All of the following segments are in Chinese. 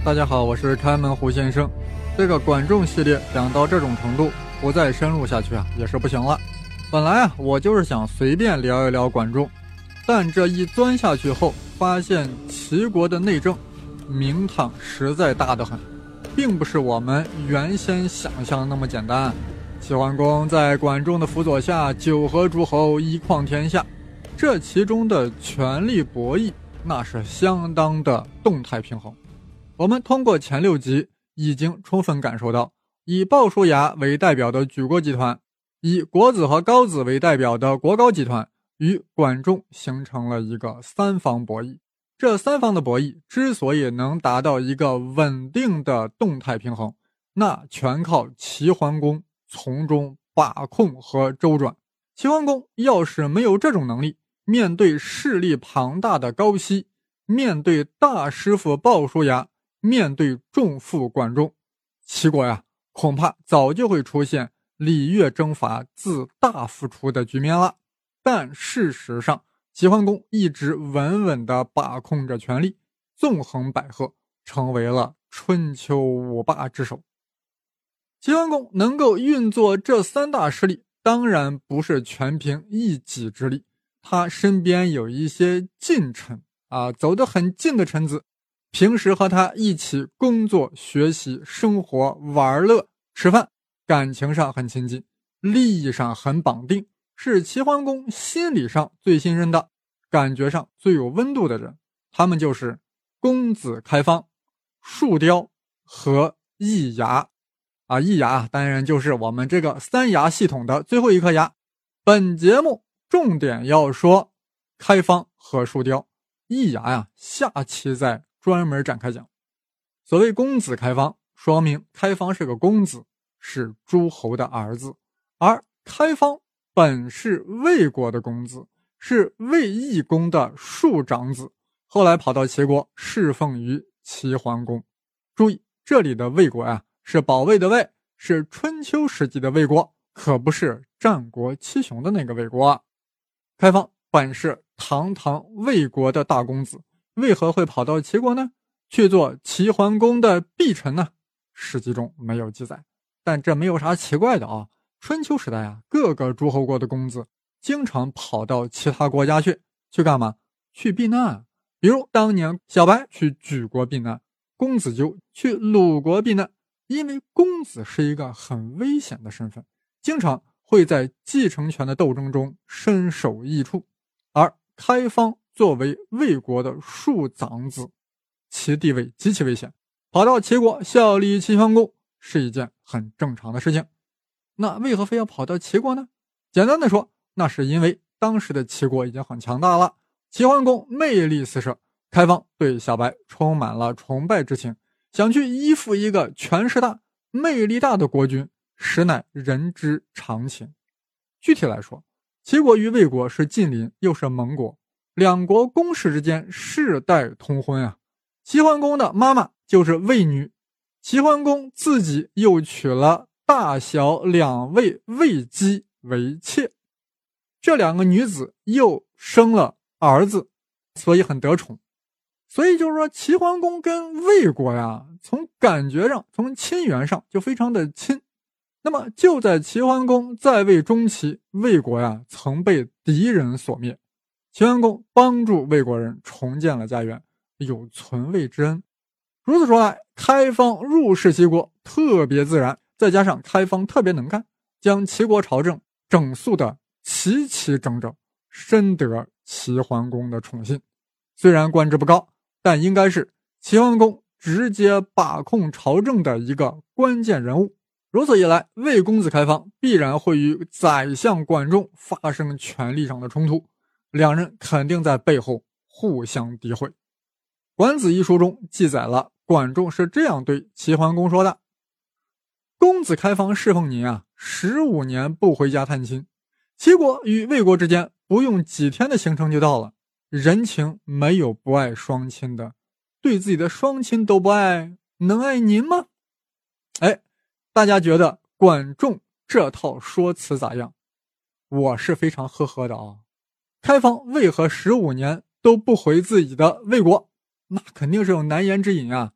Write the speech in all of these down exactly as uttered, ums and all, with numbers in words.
大家好，我是开门胡先生。这个管仲系列讲到这种程度，不再深入下去啊，也是不行了。本来啊，我就是想随便聊一聊管仲，但这一钻下去后，发现齐国的内政名堂实在大得很，并不是我们原先想象的那么简单。齐桓公在管仲的辅佐下，九合诸侯，一匡天下，这其中的权力博弈，那是相当的动态平衡。我们通过前六集已经充分感受到，以鲍叔牙为代表的举国集团，以国子和高子为代表的国高集团，与管仲形成了一个三方博弈。这三方的博弈之所以能达到一个稳定的动态平衡，那全靠齐桓公从中把控和周转。齐桓公要是没有这种能力，面对势力庞大的高息，面对大师傅鲍叔牙，面对重负管仲，齐国呀，恐怕早就会出现礼乐征伐自大付出的局面了。但事实上，齐桓公一直稳稳地把控着权力，纵横捭阖，成为了春秋五霸之首。齐桓公能够运作这三大势力，当然不是全凭一己之力，他身边有一些近臣啊，走得很近的臣子，平时和他一起工作、学习、生活、玩乐、吃饭，感情上很亲近，利益上很绑定，是齐桓公心理上最信任的，感觉上最有温度的人。他们就是公子开方、树雕和易牙啊，易牙当然就是我们这个三牙系统的最后一颗牙。本节目重点要说开方和树雕，易牙呀，下期再专门展开讲。所谓公子开方，说明开方是个公子，是诸侯的儿子，而开方本是魏国的公子，是魏懿公的庶长子，后来跑到齐国侍奉于齐桓公。注意，这里的魏国呀，是保卫的魏，是春秋时期的魏国，可不是战国七雄的那个魏国啊。开方本是堂堂魏国的大公子，为何会跑到齐国呢？去做齐桓公的婢臣呢？史记中没有记载，但这没有啥奇怪的啊。春秋时代啊，各个诸侯国的公子经常跑到其他国家去，去干嘛？去避难。比如当年小白去莒国避难，公子纠去鲁国避难，因为公子是一个很危险的身份，经常会在继承权的斗争中身首异处。而开方作为魏国的庶长子，其地位极其危险，跑到齐国效力齐桓公是一件很正常的事情。那为何非要跑到齐国呢？简单的说，那是因为当时的齐国已经很强大了，齐桓公魅力四射，开方对小白充满了崇拜之情，想去依附一个权势大、魅力大的国君，实乃人之常情。具体来说，齐国与魏国是近邻，又是盟国，两国公室之间世代通婚啊。齐桓公的妈妈就是魏女，齐桓公自己又娶了大小两位魏姬为妾，这两个女子又生了儿子，所以很得宠。所以就是说，齐桓公跟魏国呀，从感觉上，从亲缘上就非常的亲。那么就在齐桓公在位中期，魏国呀曾被敌人所灭，齐桓公帮助魏国人重建了家园，有存魏之恩。如此说来，开方入世齐国特别自然，再加上开方特别能干，将齐国朝政整肃的齐齐整整，深得齐桓公的宠信。虽然官职不高，但应该是齐桓公直接把控朝政的一个关键人物。如此一来，魏公子开方必然会与宰相管仲发生权力上的冲突，两人肯定在背后互相诋毁。管子一书中记载了管仲是这样对齐桓公说的：公子开方侍奉您啊，十五年不回家探亲，齐国与魏国之间不用几天的行程就到了，人情没有不爱双亲的，对自己的双亲都不爱，能爱您吗？哎，大家觉得管仲这套说辞咋样？我是非常呵呵的啊。开方为何十五年都不回自己的魏国？那肯定是有难言之隐啊。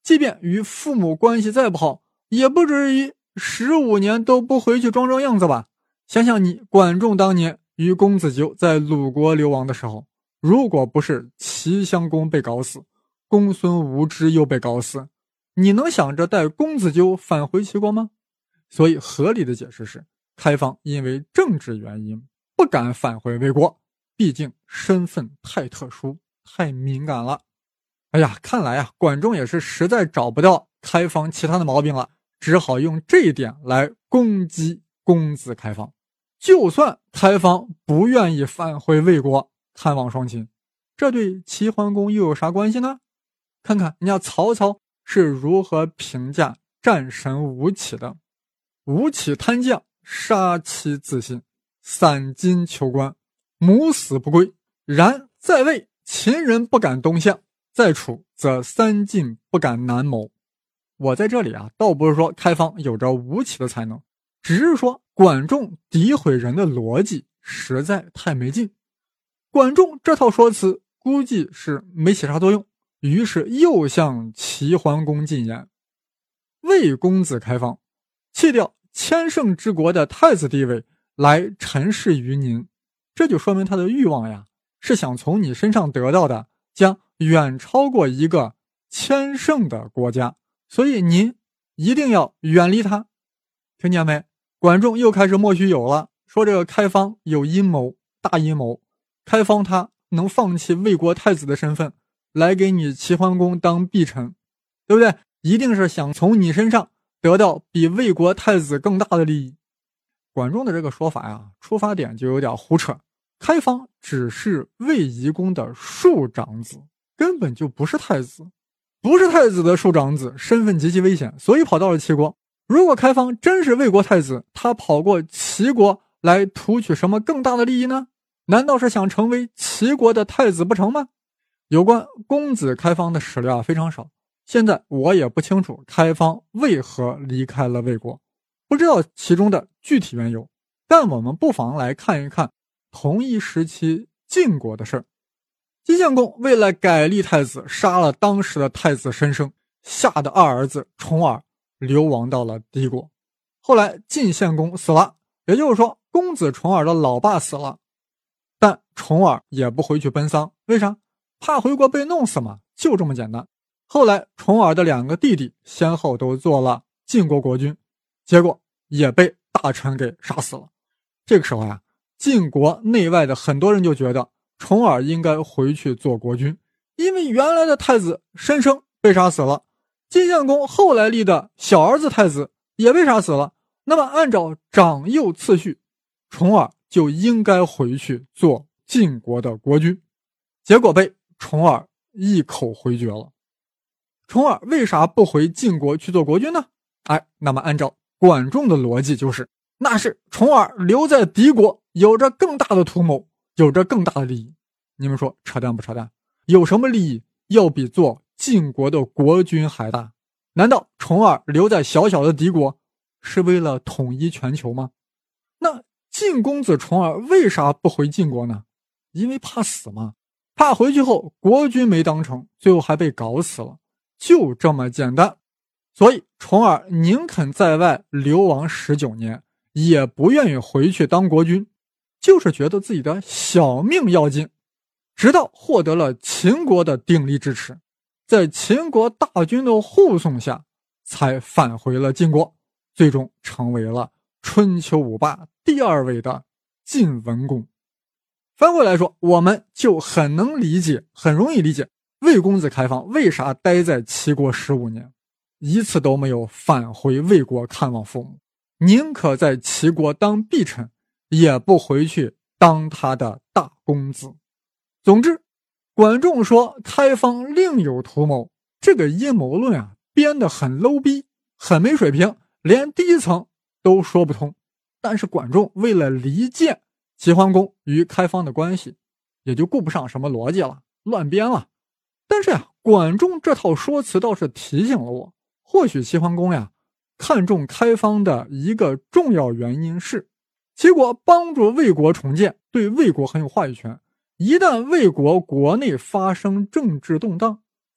即便与父母关系再不好，也不至于十五年都不回去装装样子吧。想想你管仲当年与公子纠在鲁国流亡的时候，如果不是齐襄公被搞死，公孙无知又被搞死，你能想着带公子纠返回齐国吗？所以合理的解释是，开方因为政治原因不敢返回魏国，毕竟身份太特殊，太敏感了。哎呀，看来啊，管仲也是实在找不到开方其他的毛病了，只好用这一点来攻击公子开方。就算开方不愿意返回魏国看望双亲，这对齐桓公又有啥关系呢？看看人家曹操是如何评价战神吴起的。吴起贪将，杀妻自尽，散金求官，母死不归。然在魏，秦人不敢东向，在楚则三晋不敢南谋。我在这里啊，倒不是说开方有着吴起的才能，只是说管仲诋毁人的逻辑实在太没劲。管仲这套说辞估计是没起啥作用，于是又向齐桓公进言：魏公子开方弃掉千乘之国的太子地位来陈氏于您，这就说明他的欲望呀，是想从你身上得到的将远超过一个千乘的国家，所以您一定要远离他。听见没？管仲又开始莫须有了，说这个开方有阴谋，大阴谋。开方他能放弃魏国太子的身份来给你齐桓公当弼臣，对不对？一定是想从你身上得到比魏国太子更大的利益。管仲的这个说法呀，出发点就有点胡扯。开方只是魏夷公的庶长子，根本就不是太子。不是太子的庶长子身份极其危险，所以跑到了齐国。如果开方真是魏国太子，他跑过齐国来图取什么更大的利益呢？难道是想成为齐国的太子不成吗？有关公子开方的史料非常少，现在我也不清楚开方为何离开了魏国，不知道其中的具体缘由。但我们不妨来看一看同一时期晋国的事儿。晋献公为了改立太子，杀了当时的太子申生，吓得二儿子重耳流亡到了敌国。后来晋献公死了，也就是说公子重耳的老爸死了，但重耳也不回去奔丧，为啥？怕回国被弄死嘛，就这么简单。后来重耳的两个弟弟先后都做了晋国国君，结果也被大臣给杀死了。这个时候呀，晋国内外的很多人就觉得重耳应该回去做国君，因为原来的太子申生被杀死了，晋献公后来立的小儿子太子也被杀死了，那么按照长幼次序，重耳就应该回去做晋国的国君，结果被重耳一口回绝了。重耳为啥不回晋国去做国君呢？哎，那么按照管仲的逻辑就是，那是重耳留在敌国有着更大的图谋，有着更大的利益。你们说扯淡不扯淡？有什么利益要比做晋国的国君还大？难道重耳留在小小的敌国是为了统一全球吗？那晋公子重耳为啥不回晋国呢？因为怕死嘛，怕回去后国君没当成，最后还被搞死了，就这么简单。所以重耳宁肯在外流亡十九年，也不愿意回去当国君，就是觉得自己的小命要紧。直到获得了秦国的鼎力支持，在秦国大军的护送下，才返回了晋国，最终成为了春秋五霸第二位的晋文公。翻回来说，我们就很能理解，很容易理解魏公子开方为啥待在齐国十五年，一次都没有返回魏国看望父母，宁可在齐国当弼臣，也不回去当他的大公子。总之，管仲说开方另有图谋，这个阴谋论啊，编得很 low 逼，很没水平，连第一层都说不通。但是管仲为了离间齐桓公与开方的关系，也就顾不上什么逻辑了，乱编了。但是呀，管仲这套说辞倒是提醒了我，或许齐桓公呀看重开方的一个重要原因是，齐国帮助魏国重建，对魏国很有话语权。一旦魏国国内发生政治动荡，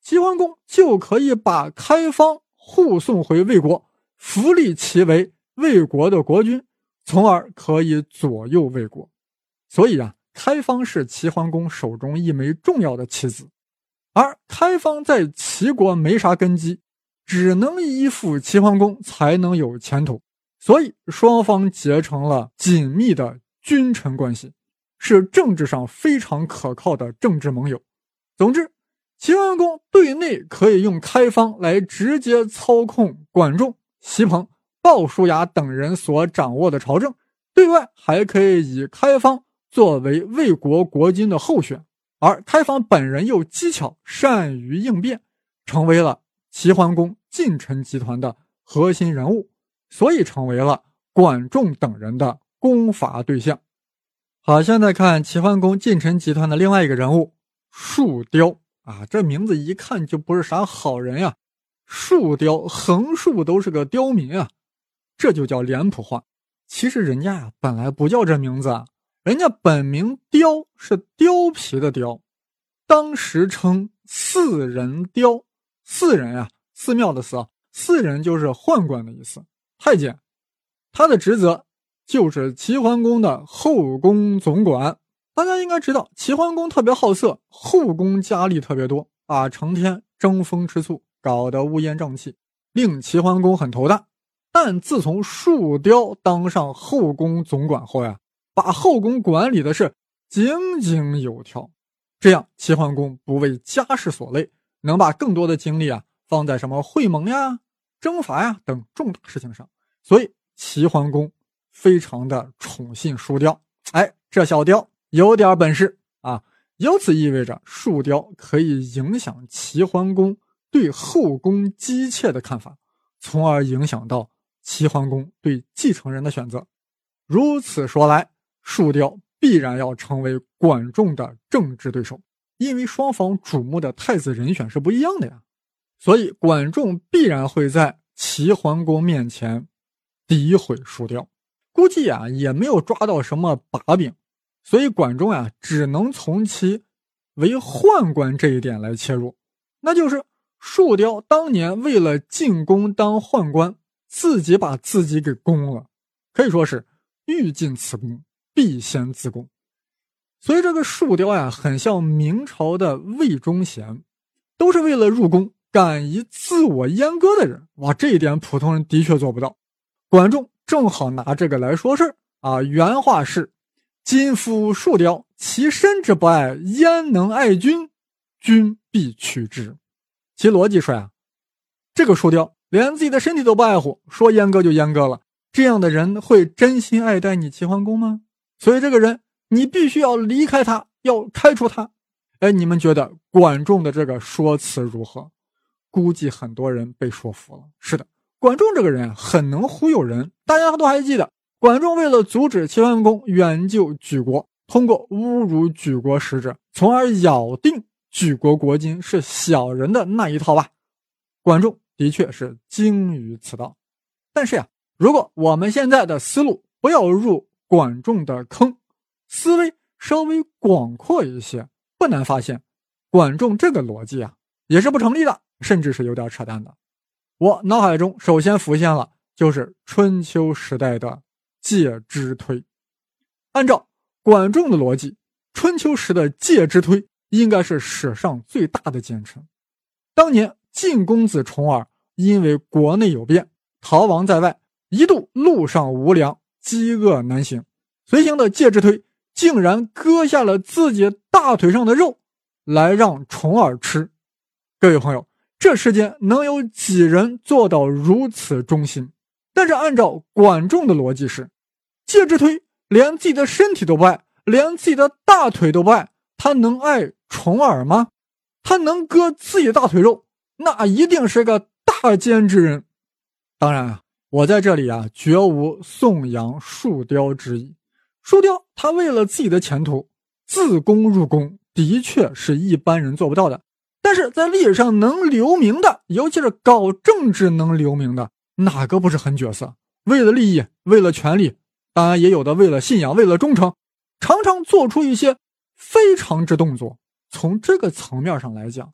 齐桓公就可以把开方护送回魏国，扶立其为魏国的国君，从而可以左右魏国。所以啊，开方是齐桓公手中一枚重要的棋子，而开方在齐国没啥根基，只能依附齐桓公才能有前途，所以双方结成了紧密的君臣关系，是政治上非常可靠的政治盟友。总之，齐桓公对内可以用开方来直接操控管仲、席鹏、鲍叔牙等人所掌握的朝政，对外还可以以开方作为魏国国君的候选，而开方本人又机巧善于应变，成为了齐桓公近臣集团的核心人物，所以成为了管仲等人的攻伐对象。好，现在看齐桓公近臣集团的另外一个人物树雕啊，这名字一看就不是啥好人呀。树雕，横竖都是个刁民啊，这就叫脸谱化。其实人家呀、啊、本来不叫这名字啊，人家本名雕，是貂皮的貂，当时称四人雕。四人啊，寺庙的寺啊，四人就是宦官的意思，太监。他的职责就是齐桓公的后宫总管。大家应该知道，齐桓公特别好色，后宫佳丽特别多啊，成天争风吃醋，搞得乌烟瘴气，令齐桓公很头大。但自从树雕当上后宫总管后呀，把后宫管理的是井井有条，这样齐桓公不为家事所累，能把更多的精力啊放在什么会盟呀、征伐呀等重大事情上，所以齐桓公非常的宠信树雕。哎，这小雕有点本事啊，由此意味着树雕可以影响齐桓公对后宫姬妾的看法，从而影响到齐桓公对继承人的选择。如此说来，树雕必然要成为管仲的政治对手，因为双方瞩目的太子人选是不一样的呀，所以管仲必然会在齐桓公面前诋毁树雕。估计啊也没有抓到什么把柄，所以管仲啊只能从其为宦官这一点来切入，那就是树雕当年为了进宫当宦官，自己把自己给攻了，可以说是欲进此宫必先自宫。所以这个树雕呀很像明朝的魏忠贤，都是为了入宫敢以自我阉割的人。哇，这一点普通人的确做不到。管仲正好拿这个来说事啊，原话是：今夫树雕，其身之不爱，焉能爱君？君必取之。其逻辑说呀，这个树雕连自己的身体都不爱护，说阉割就阉割了，这样的人会真心爱戴你齐桓公吗？所以这个人你必须要离开他，要开除他。哎，你们觉得管仲的这个说辞如何？估计很多人被说服了。是的，管仲这个人啊，很能忽悠人。大家都还记得，管仲为了阻止齐桓公远救举国，通过侮辱举国使者，从而咬定举国国君是小人的那一套吧。管仲的确是精于此道。但是呀，如果我们现在的思路不要入管仲的坑，思维稍微广阔一些，不难发现管仲这个逻辑啊也是不成立的，甚至是有点扯淡的。我脑海中首先浮现了就是春秋时代的介之推。按照管仲的逻辑，春秋时的介之推应该是史上最大的奸臣。当年晋公子重耳因为国内有变，逃亡在外，一度路上无粮，饥饿难行，随行的介之推竟然割下了自己大腿上的肉来让重耳吃。各位朋友，这世间能有几人做到如此忠心？但是按照管仲的逻辑是，介之推连自己的身体都不爱，连自己的大腿都不爱，他能爱重耳吗？他能割自己的大腿肉，那一定是个大奸之人。当然啊，我在这里啊绝无颂扬树雕之意。树雕他为了自己的前途自宫入宫，的确是一般人做不到的。但是在历史上能留名的，尤其是搞政治能留名的，哪个不是狠角色？为了利益，为了权力，当然也有的为了信仰，为了忠诚，常常做出一些非常之动作。从这个层面上来讲，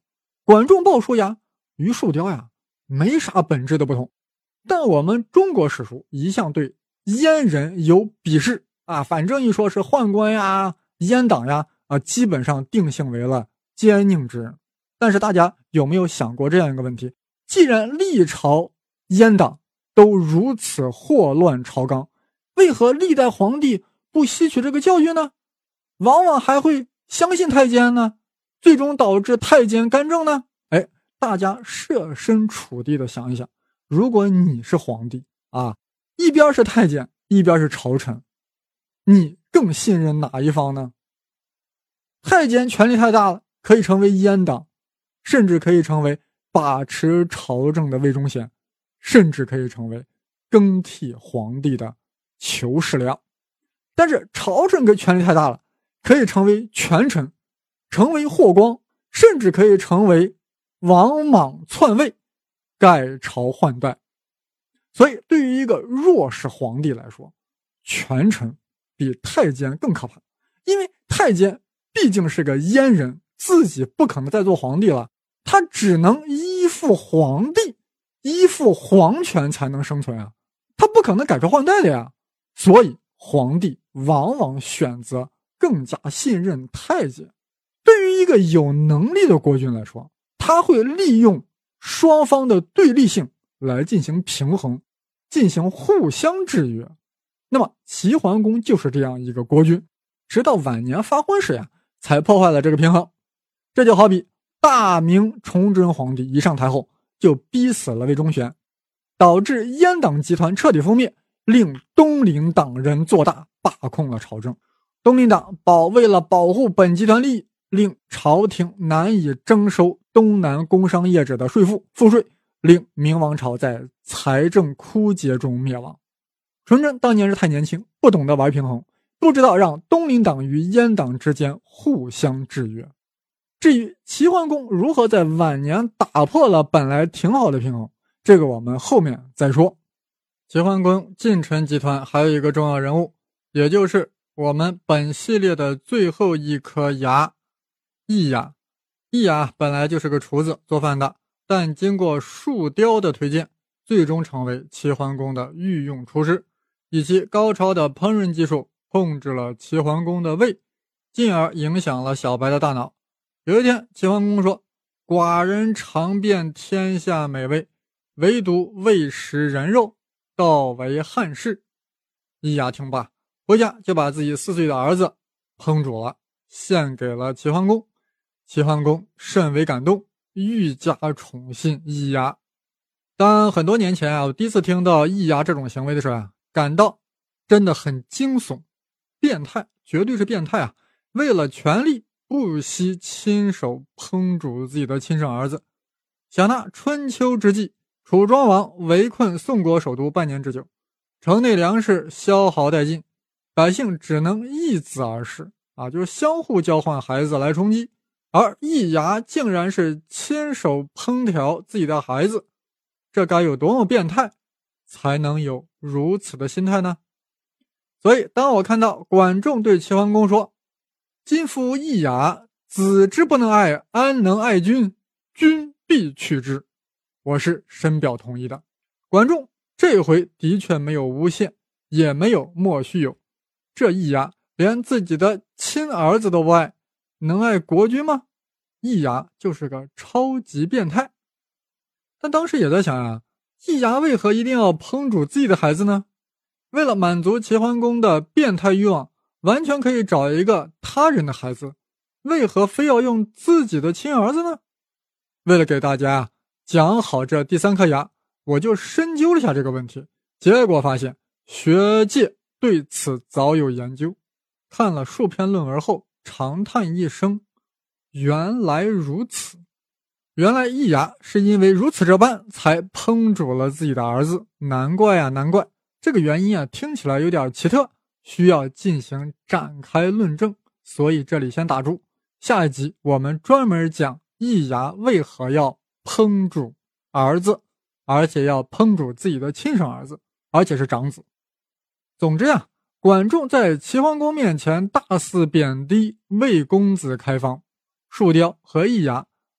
管仲鲍叔牙与树雕呀没啥本质的不同，但我们中国史书一向对阉人有鄙视啊，反正一说是宦官呀、阉党呀啊，基本上定性为了奸佞之人。但是大家有没有想过这样一个问题？既然历朝阉党都如此祸乱朝纲，为何历代皇帝不吸取这个教训呢？往往还会相信太监呢，最终导致太监干政呢？哎，大家设身处地的想一想，如果你是皇帝啊，一边是太监，一边是朝臣，你更信任哪一方呢？太监权力太大了，可以成为阉党，甚至可以成为把持朝政的魏忠贤，甚至可以成为更替皇帝的求士良。但是朝臣给权力太大了，可以成为权臣，成为霍光，甚至可以成为王莽篡位，改朝换代。所以对于一个弱势皇帝来说，权臣比太监更可怕，因为太监毕竟是个阉人，自己不可能再做皇帝了，他只能依附皇帝，依附皇权才能生存啊，他不可能改朝换代的呀。所以皇帝往往选择更加信任太监。对于一个有能力的国君来说，他会利用双方的对立性来进行平衡，进行互相制约。那么齐桓公就是这样一个国君，直到晚年发昏时呀，才破坏了这个平衡。这就好比大明崇祯皇帝一上台后就逼死了魏忠贤，导致阉党集团彻底覆灭，令东林党人做大，把控了朝政。东林党保为了保护本集团利益，令朝廷难以征收东南工商业者的税赋赋税，令明王朝在财政枯竭中灭亡。崇祯当年是太年轻，不懂得玩平衡，不知道让东林党与阉党之间互相制约。至于齐桓公如何在晚年打破了本来挺好的平衡，这个我们后面再说。齐桓公近臣集团还有一个重要人物，也就是我们本系列的最后一颗牙，易牙。易牙本来就是个厨子，做饭的，但经过树雕的推荐，最终成为齐桓公的御用厨师，以其高超的烹饪技术控制了齐桓公的胃，进而影响了小白的大脑。有一天，齐桓公说：“寡人尝遍天下美味，唯独未食人肉，道为憾事。”易牙听罢，回家就把自己四岁的儿子烹煮了，献给了齐桓公。齐桓公甚为感动，愈加宠信易牙。当很多年前啊，我第一次听到易牙这种行为的时候啊，感到真的很惊悚，变态，绝对是变态啊！为了权力，不惜亲手烹煮自己的亲生儿子。想那春秋之际，楚庄王围困宋国首都半年之久，城内粮食消耗殆尽，百姓只能易子而食啊，就是相互交换孩子来充饥。而易牙竟然是亲手烹调自己的孩子，这该有多么变态，才能有如此的心态呢？所以当我看到管仲对齐桓公说：“今夫易牙，子之不能爱，安能爱君？君必取之。”我是深表同意的。管仲这回的确没有诬陷，也没有莫须有。这易牙连自己的亲儿子都不爱，能爱国君吗？易牙就是个超级变态。但当时也在想啊，易牙为何一定要烹煮自己的孩子呢？为了满足齐桓公的变态欲望，完全可以找一个他人的孩子，为何非要用自己的亲儿子呢？为了给大家讲好这第三颗牙，我就深究了一下这个问题，结果发现学界对此早有研究。看了数篇论文后，长叹一声，原来如此。原来易牙是因为如此这般才烹煮了自己的儿子，难怪啊难怪。这个原因啊听起来有点奇特，需要进行展开论证，所以这里先打住。下一集我们专门讲易牙为何要烹煮儿子，而且要烹煮自己的亲生儿子，而且是长子。总之啊，管仲在齐桓公面前大肆贬低魏公子开方，树雕和易牙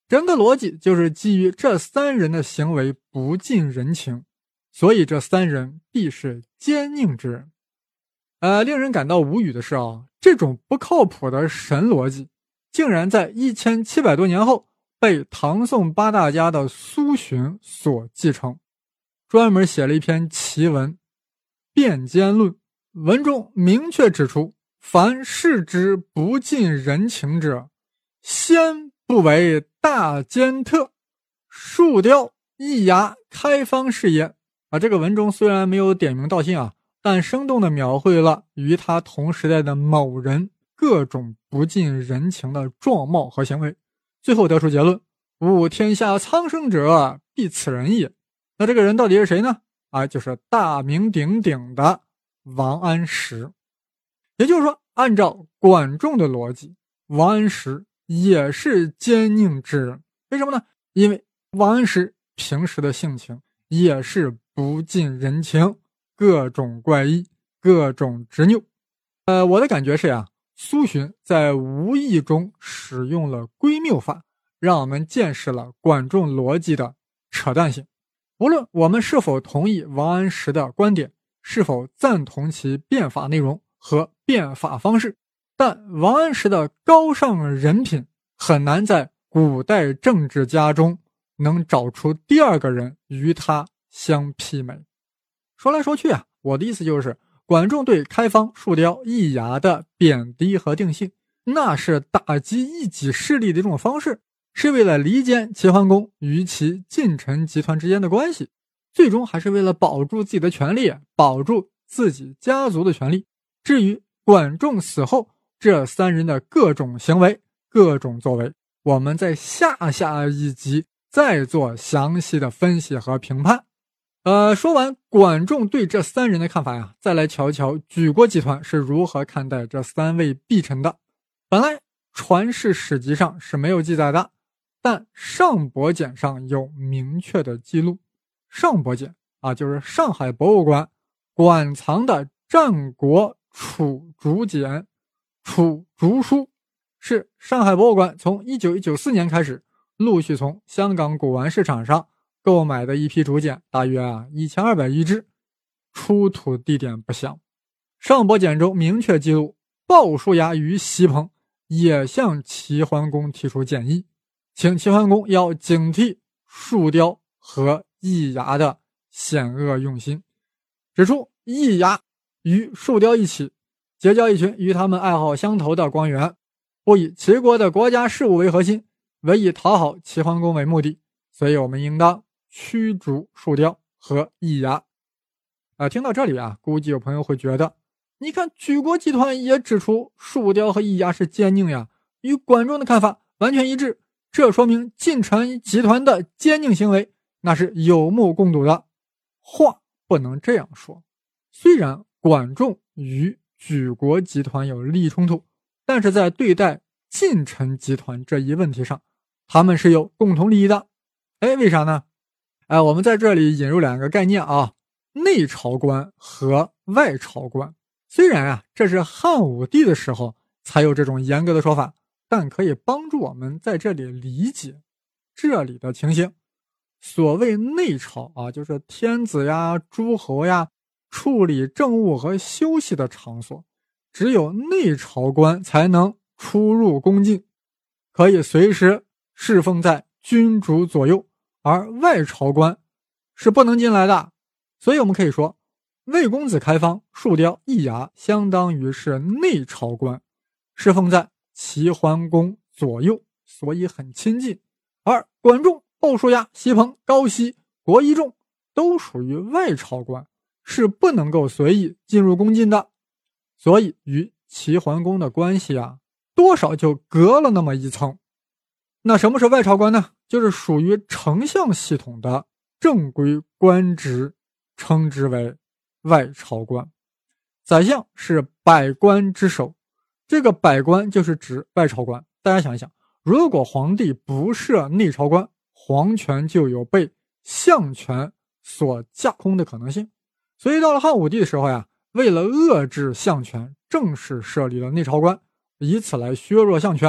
整个逻辑就是基于这三人的行为不近人情，所以这三人必是奸佞之人。呃，令人感到无语的是啊，这种不靠谱的神逻辑，竟然在一千七百多年后被唐宋八大家的苏洵所继承，专门写了一篇奇文《辩奸论》，文中明确指出，凡视之不近人情者，先不为大奸特，树雕、易牙、开方是也。啊，这个文中虽然没有点名道姓啊，但生动地描绘了与他同时代的某人各种不近人情的状貌和行为，最后得出结论：吾天下苍生者，必此人也。那这个人到底是谁呢？啊，就是大名鼎鼎的王安石。也就是说，按照管仲的逻辑，王安石也是奸佞之人。为什么呢？因为王安石平时的性情也是不近人情，各种怪异，各种执拗。呃，我的感觉是呀，苏洵在无意中使用了归谬法，让我们见识了管仲逻辑的扯淡性。无论我们是否同意王安石的观点，是否赞同其辩法内容和辩法方式，但王安石的高尚人品很难在古代政治家中能找出第二个人与他相媲美。说来说去啊，我的意思就是管仲对开方、树雕、易牙的贬低和定性，那是打击一己势力的一种方式，是为了离间齐桓公与其近臣集团之间的关系，最终还是为了保住自己的权利，保住自己家族的权利。至于管仲死后这三人的各种行为、各种作为，我们在下下一集再做详细的分析和评判。呃，说完管仲对这三人的看法呀，再来瞧瞧举国集团是如何看待这三位裨臣的。本来传世史籍上是没有记载的，但上伯简上有明确的记录。上伯简啊，就是上海博物馆馆藏的战国楚竹简、楚竹书，是上海博物馆从一九九四年开始陆续从香港古玩市场上购买的一批竹简，大约啊一千二百余只，出土地点不详。上伯简中明确记录，鲍叔牙与席鹏也向齐桓公提出建议，请齐桓公要警惕树雕和易牙的险恶用心，指出易牙与树雕一起结交一群与他们爱好相投的官员，不以齐国的国家事务为核心，唯以讨好齐桓公为目的，所以我们应当驱逐树雕和易牙。呃，听到这里啊，估计有朋友会觉得，你看举国集团也指出树雕和易牙是奸佞呀，与管仲的看法完全一致，这说明晋臣集团的奸佞行为那是有目共睹的。话不能这样说，虽然管仲与举国集团有利益冲突，但是在对待晋臣集团这一问题上，他们是有共同利益的。哎，为啥呢？哎，我们在这里引入两个概念啊，内朝官和外朝官。虽然啊，这是汉武帝的时候才有这种严格的说法，但可以帮助我们在这里理解这里的情形。所谓内朝啊，就是天子呀、诸侯呀处理政务和休息的场所，只有内朝官才能出入宫禁，可以随时侍奉在君主左右，而外朝官是不能进来的。所以我们可以说，魏公子开方、树雕、易牙相当于是内朝官，侍奉在齐桓公左右，所以很亲近。而管仲、鲍叔牙、席鹏、高息、国一仲都属于外朝官，是不能够随意进入宫禁的，所以与齐桓公的关系啊，多少就隔了那么一层。那什么是外朝官呢？就是属于丞相系统的正规官职，称之为外朝官。宰相是百官之首，这个百官就是指外朝官。大家想一想，如果皇帝不设内朝官，皇权就有被相权所架空的可能性。所以到了汉武帝的时候呀，为了遏制相权，正式设立了内朝官，以此来削弱相权，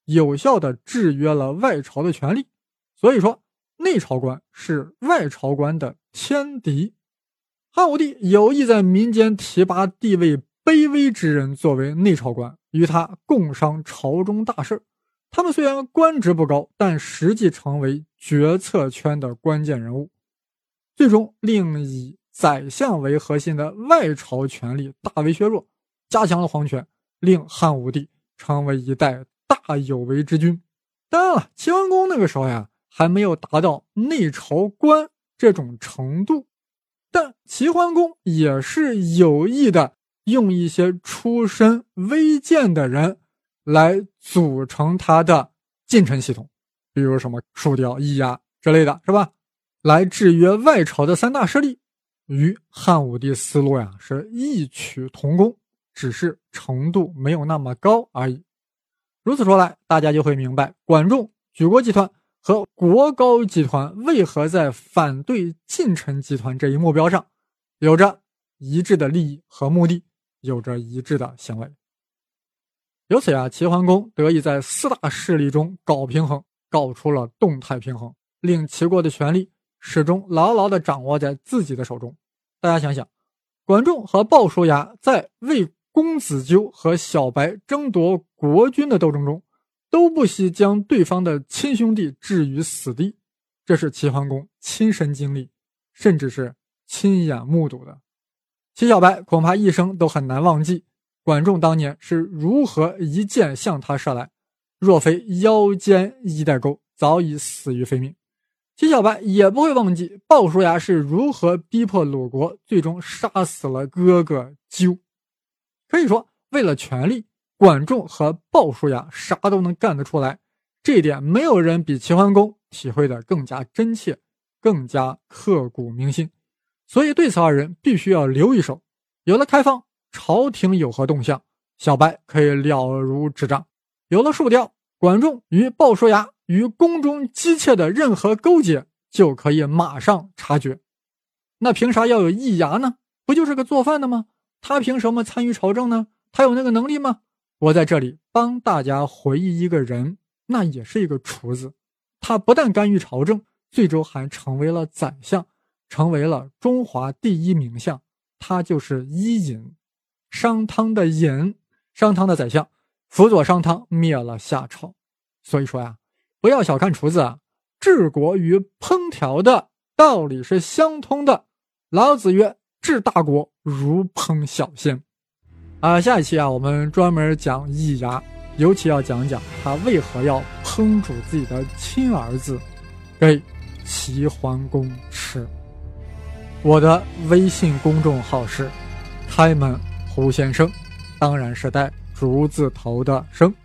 有效地制约了外朝的权力。所以说，内朝官是外朝官的天敌。汉武帝有意在民间提拔地位卑微之人作为内朝官，与他共商朝中大事。他们虽然官职不高，但实际成为决策圈的关键人物，最终令以宰相为核心的外朝权力大为削弱，加强了皇权，令汉武帝成为一代大有为之君。当然了，齐桓公那个时候呀，还没有达到内朝官这种程度，但齐桓公也是有意的用一些出身微贱的人来组成他的近臣系统，比如什么树雕、易牙之类的，是吧？来制约外朝的三大势力，与汉武帝思路呀是异曲同工，只是程度没有那么高而已。如此说来，大家就会明白管仲、举国集团和国高集团为何在反对近臣集团这一目标上有着一致的利益和目的，有着一致的行为。由此呀，齐桓公得以在四大势力中搞平衡，搞出了动态平衡，令齐国的权力始终牢牢地掌握在自己的手中。大家想想，管仲和鲍叔牙在为公子纠和小白争夺国君的斗争中，都不惜将对方的亲兄弟置于死地，这是齐桓公亲身经历，甚至是亲眼目睹的。齐小白恐怕一生都很难忘记管仲当年是如何一箭向他射来，若非腰间衣带钩，早已死于非命。齐小白也不会忘记鲍叔牙是如何逼迫鲁国，最终杀死了哥哥纠。可以说，为了权力，管仲和鲍叔牙啥都能干得出来，这一点没有人比齐桓公体会得更加真切，更加刻骨铭心。所以对此二人必须要留一手。有了开放，朝廷有何动向，小白可以了如指掌；有了树雕，管仲与鲍叔牙与宫中姬妾的任何勾结就可以马上察觉。那凭啥要有易牙呢？不就是个做饭的吗？他凭什么参与朝政呢？他有那个能力吗？我在这里帮大家回忆一个人，那也是一个厨子。他不但干预朝政，最终还成为了宰相，成为了中华第一名相。他就是伊尹，商汤的尹，商汤的宰相，辅佐商汤灭了夏朝。所以说呀，不要小看厨子啊，治国与烹调的道理是相通的。老子曰：治大国如烹小鲜。啊，下一期啊，我们专门讲易牙，尤其要讲讲他为何要烹煮自己的亲儿子给齐桓公吃。我的微信公众号是开门胡先生，当然是带竹字头的生。